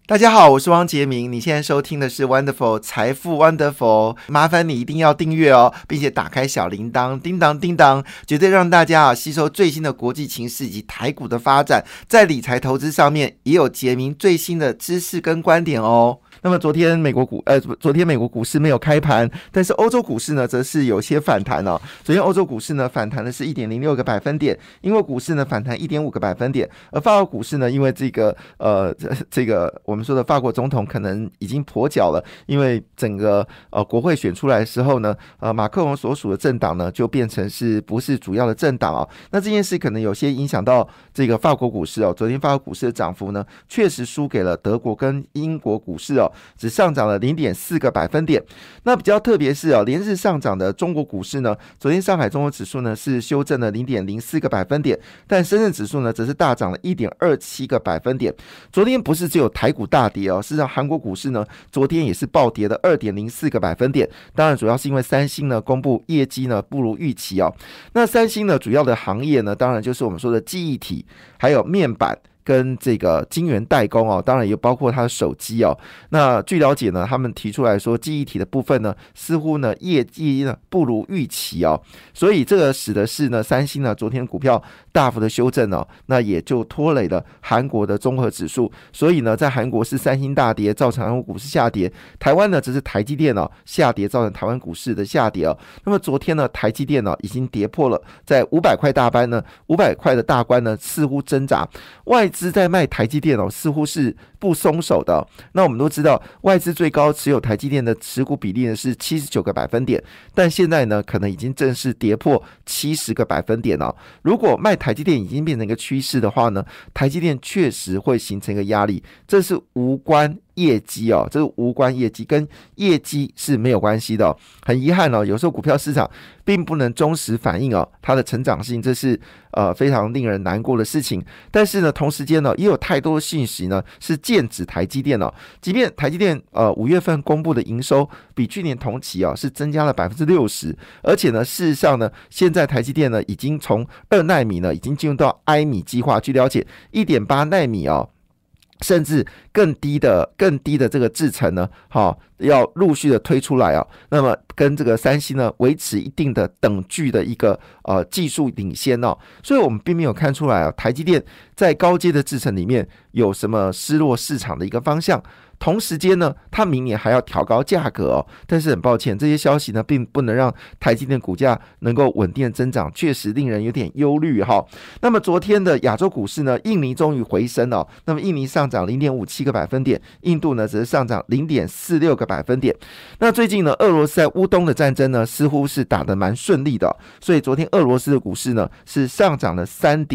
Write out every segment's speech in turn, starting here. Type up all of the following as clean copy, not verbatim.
大家好，我是汪杰明，你现在收听的是 Wonderful 财富 Wonderful， 麻烦你一定要订阅哦，并且打开小铃铛，叮当叮当，绝对让大家吸收最新的国际情势以及台股的发展，在理财投资上面也有杰明最新的知识跟观点哦。那么昨天美国股市没有开盘，但是欧洲股市呢则是有些反弹哦。昨天欧洲股市呢反弹的是 1.06 个百分点，英国股市呢反弹 1.5 个百分点，而法国股市呢因为这个我们说的法国总统可能已经跛脚了，因为整个国会选出来的时候呢，马克龙所属的政党呢就变成是不是主要的政党哦。那这件事可能有些影响到这个法国股市哦。昨天法国股市的涨幅呢确实输给了德国跟英国股市哦，只上涨了 0.4 个百分点。那比较特别是连日上涨的中国股市呢，昨天上海综合指数呢是修正了 0.04 个百分点，但深圳指数呢则是大涨了 1.27 个百分点。昨天不是只有台股大跌哦，事实上韩国股市呢昨天也是暴跌的 2.04 个百分点。当然主要是因为三星呢公布业绩呢不如预期哦。那三星呢主要的行业呢当然就是我们说的记忆体，还有面板跟这个晶圆代工哦，当然也包括它的手机哦。那据了解呢，他们提出来说，记忆体的部分呢，似乎呢业绩呢不如预期哦，所以这个使得是呢，三星呢昨天股票大幅的修正哦，那也就拖累了韩国的综合指数。所以呢，在韩国是三星大跌，造成韩国股市下跌；台湾呢，则是台积电下跌，造成台湾股市的下跌哦。那么昨天呢，台积电已经跌破了在500块大关呢，500块的大关呢似乎挣扎，外资在卖台积电似乎是不松手的。那我们都知道，外资最高持有台积电的持股比例呢是79个百分点，但现在呢可能已经正式跌破70个百分点了。如果卖台积电已经变成一个趋势的话呢，台积电确实会形成一个压力，这是无关业绩哦，这是无关业绩，跟业绩是没有关系的哦。很遗憾哦，有时候股票市场并不能忠实反映它的成长性，这是非常令人难过的事情。但是呢，同时间呢，也有太多的信息呢是剑指台积电哦。即便台积电5月份公布的营收比去年同期是增加了 60%， 而且呢，事实上呢，现在台积电呢已经从2奈米呢已经进入到埃米计划，据了解 1.8 奈米甚至更低的这个制程呢，要陆续的推出来那么跟这个三星呢维持一定的等距的一个技术领先所以我们并没有看出来台积电在高阶的制程里面有什么失落市场的一个方向。同时间呢，它明年还要调高价格但是很抱歉，这些消息呢并不能让台积电股价能够稳定的增长，确实令人有点忧虑那么昨天的亚洲股市呢，印尼终于回升那么印尼上涨 0.57 个百分点，印度呢则是上涨 0.46 个百分点。那最近呢，俄罗斯在乌东的战争呢似乎是打得蛮顺利的所以昨天俄罗斯的股市呢是上涨了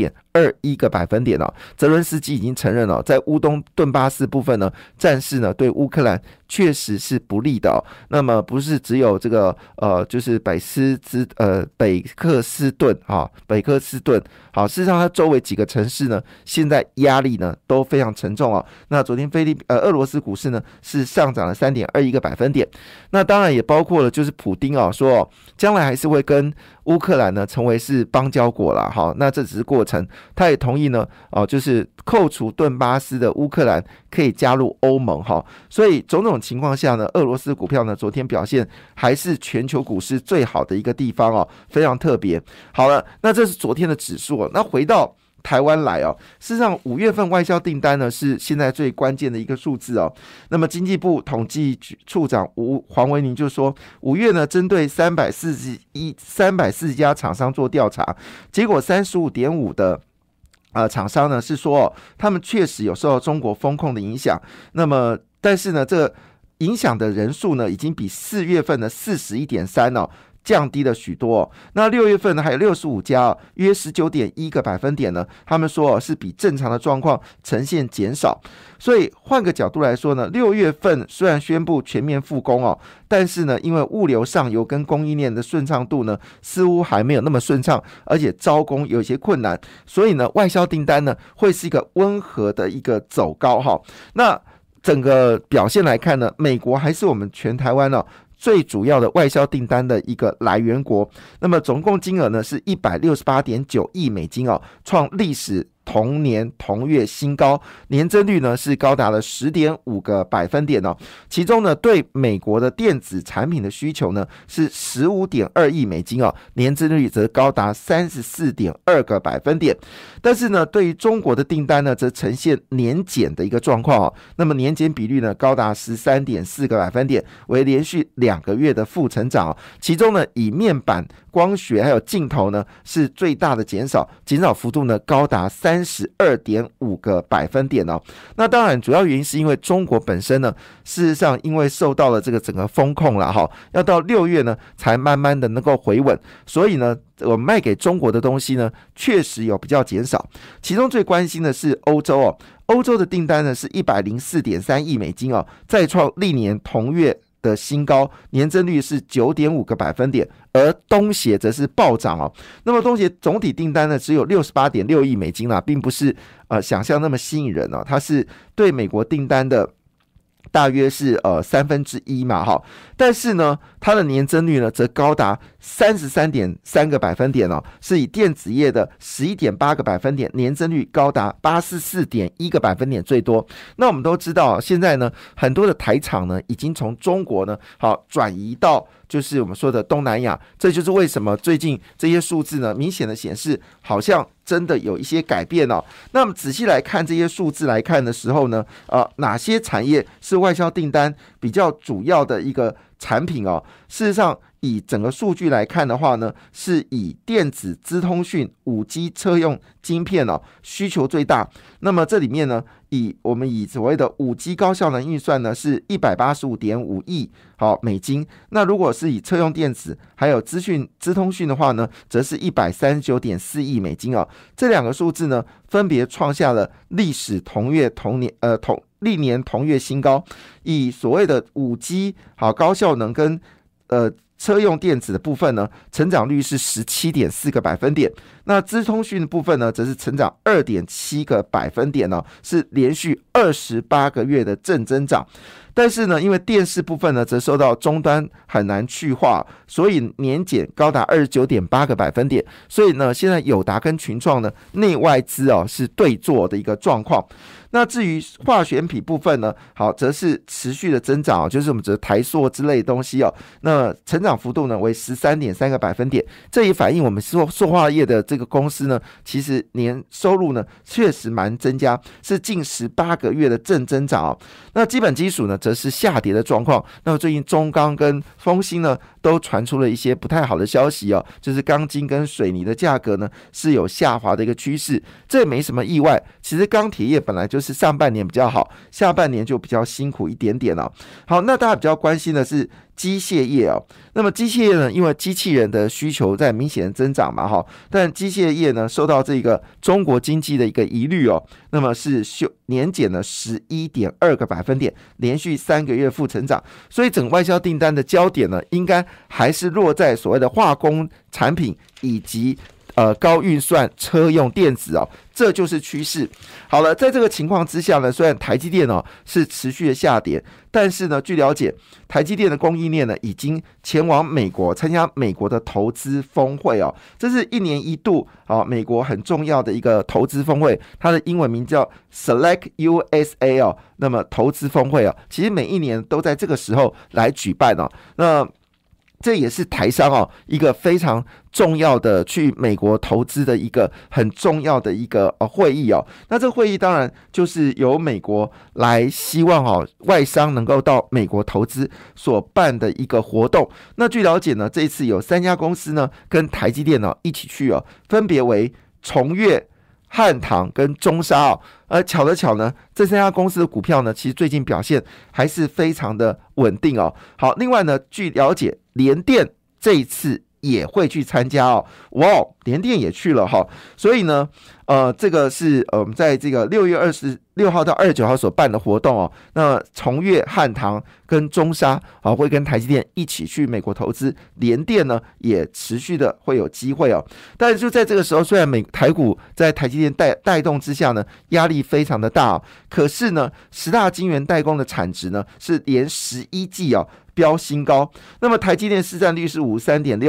3.21 个百分点泽伦斯基已经承认在乌东顿巴斯部分呢，战事呢对乌克兰确实是不利的那么不是只有这个就是北克斯顿事实上它周围几个城市呢现在压力呢都非常沉重那昨天俄罗斯股市呢是上涨了 3.21 个百分点。那当然也包括了就是普丁说将来还是会跟乌克兰呢成为是邦交国啦那这只是过程。他也同意呢就是扣除顿巴斯的乌克兰可以加入欧盟所以种种情况下呢，俄罗斯股票呢昨天表现还是全球股市最好的一个地方非常特别。好了，那这是昨天的指数那回到台湾来事实上5月份外销订单呢是现在最关键的一个数字那么经济部统计处长黄维宁就说，5月呢针对340家厂商做调查，结果 35.5% 的厂商呢是说他们确实有受到中国风控的影响，那么但是呢这个影响的人数呢已经比4月份的 41.3% 降低了许多那6月份呢还有65家约 19.1 个百分点呢，他们说是比正常的状况呈现减少。所以换个角度来说呢，6月份虽然宣布全面复工但是呢因为物流上游跟供应链的顺畅度呢似乎还没有那么顺畅，而且招工有一些困难，所以呢外销订单呢会是一个温和的一个走高那整个表现来看呢，美国还是我们全台湾最主要的外销订单的一个来源国，那么总共金额呢是 168.9 亿美金创历史同年同月新高，年增率呢是高达了 10.5 个百分点哦。其中呢，对美国的电子产品的需求呢是 15.2 亿美金哦，年增率则高达 34.2 个百分点。但是呢，对于中国的订单呢，则呈现年减的一个状况哦。那么年减比率呢，高达 13.4 个百分点，为连续2个月的负成长哦。其中呢，以面板、光学还有镜头呢是最大的减少幅度呢高达 32.5 个百分点哦。那当然主要原因是因为中国本身呢，事实上因为受到了这个整个风控了哈，要到6月呢才慢慢的能够回稳，所以呢我们卖给中国的东西呢确实有比较减少。其中最关心的是欧洲哦，欧洲的订单呢是 104.3 亿美金哦，再创历年同月的新高，年增率是 9.5 个百分点，而东协则是暴涨哦。那么东协总体订单呢只有 68.6 亿美金啦，并不是想象那么吸引人哦，它是对美国订单的大约是1/3嘛哈，但是呢，它的年增率呢则高达 33.3 个百分点哦，是以电子业的 11.8 个百分点，年增率高达 84.1 个百分点最多。那我们都知道，现在呢很多的台厂呢已经从中国呢转移到就是我们说的东南亚，这就是为什么最近这些数字呢明显的显示好像真的有一些改变哦。那么仔细来看这些数字来看的时候呢，哪些产业是外销订单比较主要的一个产品哦？事实上，以整个数据来看的话呢，是以电子、资通讯、5G 车用晶片哦需求最大。那么这里面呢，我们以所谓的5G 高效能运算呢是 185.5 亿美金。那如果是以车用电子还有资通讯的话呢，则是 139.4 亿美金哦。这两个数字呢，分别创下了历史历年同月新高。以所谓的5G 高效能跟车用电子的部分呢，成长率是 17.4 个百分点。那资通讯的部分呢，则是成长 2.7 个百分点哦，是连续28个月的正增长。但是呢，因为电视部分呢，则受到终端很难去化，所以年减高达 29.8 个百分点。所以呢，现在友达跟群创呢，内外资是对做的一个状况。那至于化学品部分呢，则是持续的增长就是我们指台塑之类的东西那成长幅度呢为 13.3 个百分点。这也反映我们塑化业的这个公司呢，其实年收入呢确实蛮增加，是近18个月的正增长那基本基础呢，则是下跌的状况。那么最近中钢跟丰兴呢，都传出了一些不太好的消息就是钢筋跟水泥的价格呢是有下滑的一个趋势。这也没什么意外，其实钢铁业本来就是上半年比较好，下半年就比较辛苦一点点好，那大家比较关心的是机械业那么机械业呢，因为机器人的需求在明显增长嘛但机械业呢受到这个中国经济的一个疑虑那么是年减了 11.2 个百分点，连续3个月负成长。所以整个外销订单的焦点呢，应该还是落在所谓的化工产品以及高运算车用电子这就是趋势。好了，在这个情况之下呢，虽然台积电是持续的下跌，但是呢，据了解，台积电的供应链呢已经前往美国参加美国的投资峰会这是1年1度美国很重要的一个投资峰会，它的英文名叫 Select USA 那么投资峰会其实每一年都在这个时候来举办那这也是台商一个非常重要的去美国投资的一个很重要的一个会议那这个会议当然就是由美国来希望外商能够到美国投资所办的一个活动。那据了解呢，这一次有3家公司呢跟台积电一起去分别为崇越、汉唐跟中砂巧的巧呢，这3家公司的股票呢，其实最近表现还是非常的稳定好，另外呢，据了解，联电这一次也会去参加联电也去了所以呢，这个是我们在这个6月26号到29号所办的活动那崇越、汉唐跟中砂会跟台积电一起去美国投资，联电呢也持续的会有机会但是就在这个时候，虽然台股在台积电带动之下呢，压力非常的大可是呢，10大晶圆代工的产值呢是连11季飙新高。那么台积电市占率是 53.6%，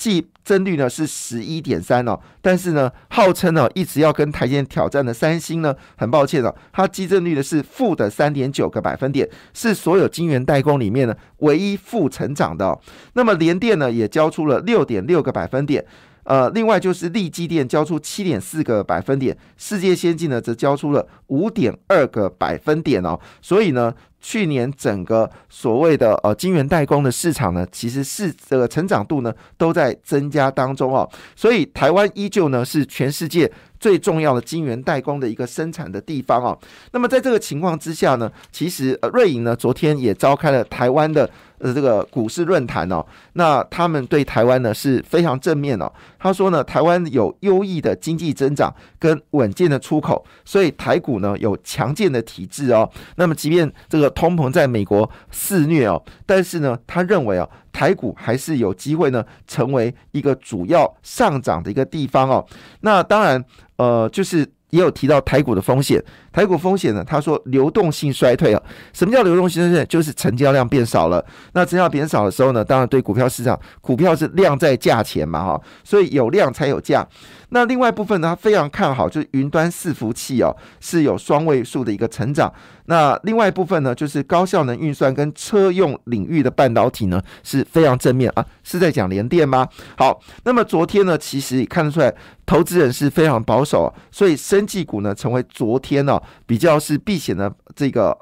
季增率呢是 11.3 哦，但是呢号称呢一直要跟台积电挑战的三星呢，很抱歉哦，它季增率的是负的 3.9 个百分点，是所有晶圆代工里面呢唯一负成长的哦。那么联电呢也交出了 6.6 个百分点。另外就是力积电交出 7.4 个百分点，世界先进呢则交出了 5.2 个百分点哦。所以呢，去年整个所谓的晶圆代工的市场呢，其实是这个成长度呢都在增加当中哦。所以台湾依旧呢是全世界最重要的晶圆代工的一个生产的地方哦。那么在这个情况之下呢，其实瑞银呢昨天也召开了台湾的这个股市论坛哦。那他们对台湾呢是非常正面哦。他说呢，台湾有优异的经济增长跟稳健的出口，所以台股呢有强健的体质哦。那么即便这个通膨在美国肆虐哦，但是呢，他认为哦，台股还是有机会呢成为一个主要上涨的一个地方哦。那当然就是也有提到台股的风险，台股风险呢，他说流动性衰退啊。什么叫流动性衰退？就是成交量变少了。那成交量变少的时候呢，当然对股票市场，股票是量在价钱嘛哈，所以有量才有价。那另外一部分呢，他非常看好就是云端伺服器哦，是有双位数的一个成长。那另外一部分呢，就是高效能运算跟车用领域的半导体呢是非常正面啊，是在讲联电吗？好，那么昨天呢，其实也看得出来，投资人是非常保守，所以生技股呢成为昨天呢比较是避险的这个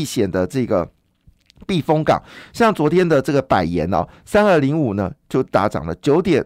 避风港。像昨天的这个百研3205呢就大涨了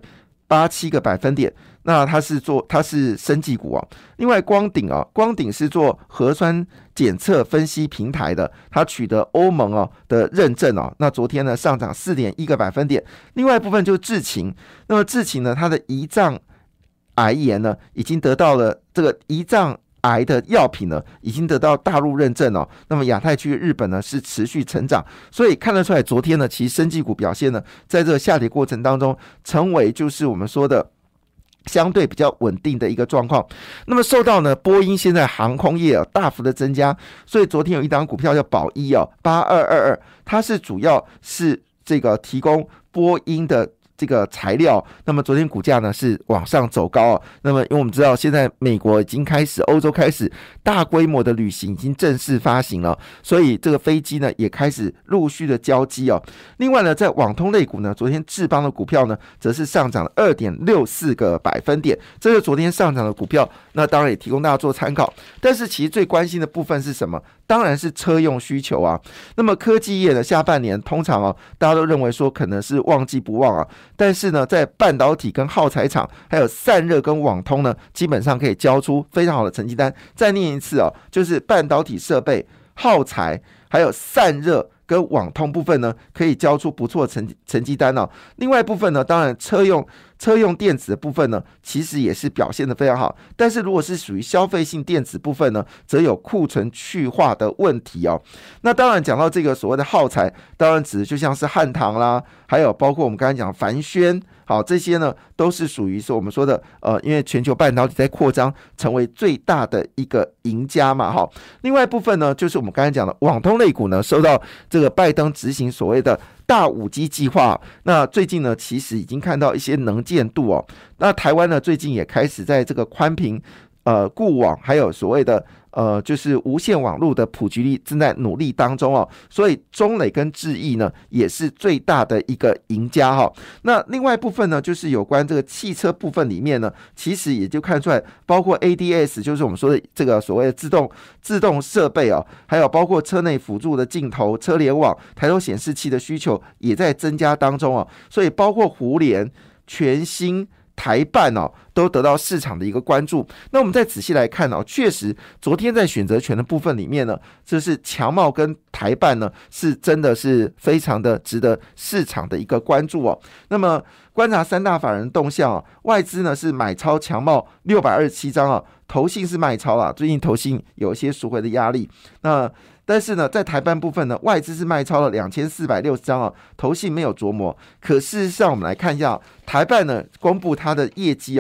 9.87 个百分点。那它是生技股哦。另外光鼎是做核酸检测分析平台的，它取得欧盟的认证哦。那昨天呢上涨 4.1 个百分点。另外一部分就是智勤，那么智勤呢它的胰脏癌炎呢已经得到了这个胰脏癌的药品呢已经得到大陆认证哦。那么亚太区日本呢是持续成长，所以看得出来昨天呢其实生技股表现呢在这个下跌过程当中成为就是我们说的相对比较稳定的一个状况。那么受到呢波音现在航空业大幅的增加，所以昨天有一档股票叫宝一8222，它是主要是这个提供波音的这个材料，那么昨天股价呢是往上走高哦。那么因为我们知道现在美国已经开始，欧洲开始大规模的旅行已经正式发行了，所以这个飞机呢也开始陆续的交机哦。另外呢，在网通类股呢，昨天智邦的股票呢则是上涨了 2.64 个百分点，这是昨天上涨的股票，那当然也提供大家做参考。但是其实最关心的部分是什么？当然是车用需求啊。那么科技业的下半年通常大家都认为说可能是旺季不旺啊，但是呢，在半导体跟耗材厂，还有散热跟网通呢，基本上可以交出非常好的成绩单。再念一次就是半导体设备、耗材还有散热跟网通部分呢，可以交出不错的成绩单哦。另外一部分呢，当然车用电子的部分呢，其实也是表现得非常好。但是如果是属于消费性电子部分呢，则有库存去化的问题哦。那当然讲到这个所谓的耗材，当然指的就像是汉唐啦，还有包括我们刚才讲凡轩。好，这些呢都是属于说我们说的因为全球半导体在扩张，成为最大的一个赢家嘛。好，另外一部分呢，就是我们刚才讲的网通类股呢，受到这个拜登执行所谓的大5G 计划，那最近呢其实已经看到一些能见度哦。那台湾呢最近也开始在这个宽频固网还有所谓的就是无线网络的普及率正在努力当中哦，所以中磊跟智毅呢也是最大的一个赢家哈。那另外一部分呢，就是有关这个汽车部分里面呢，其实也就看出来，包括 ADS， 就是我们说的这个所谓的自动设备还有包括车内辅助的镜头、车联网、抬头显示器的需求也在增加当中所以包括胡联、全新、台办都得到市场的一个关注。那我们再仔细来看确实昨天在选择权的部分里面呢，就是强茂跟台办呢是真的是非常的值得市场的一个关注那么观察三大法人动向外资呢是买超强茂627张投信是卖超最近投信有一些赎回的压力。那但是呢，在台办部分呢，外资是卖超了2460张投信没有琢磨。可事实上，我们来看一下台办呢公布它的业绩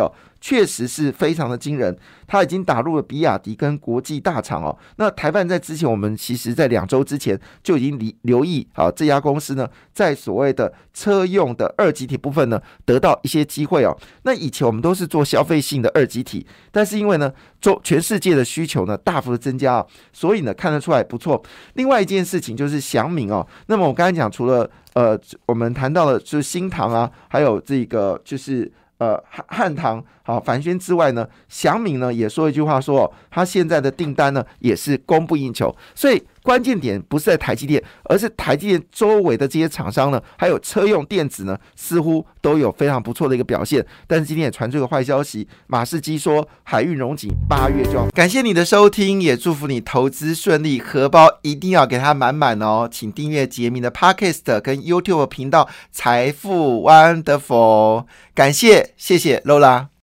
确实是非常的惊人，它已经打入了比亚迪跟国际大厂哦。那台办在之前，我们其实在2周之前就已经留意这家公司呢，在所谓的车用的二极体部分呢，得到一些机会哦。那以前我们都是做消费性的二极体，但是因为呢，全世界的需求呢大幅的增加所以呢看得出来不错。另外一件事情就是祥明哦，那么我刚才讲，除了我们谈到了就是新唐啊，还有这个就是汉唐凡轩之外呢，祥明呢也说一句话说，他现在的订单呢也是供不应求，所以关键点不是在台积电，而是台积电周围的这些厂商呢，还有车用电子呢，似乎都有非常不错的一个表现。但是今天也传出一个坏消息，马士基说海运荣景8月就要。感谢你的收听，也祝福你投资顺利，荷包一定要给它满满哦。请订阅杰明的 Podcast 跟 YouTube 频道财富 Wonderful， 感谢，谢谢 Lola。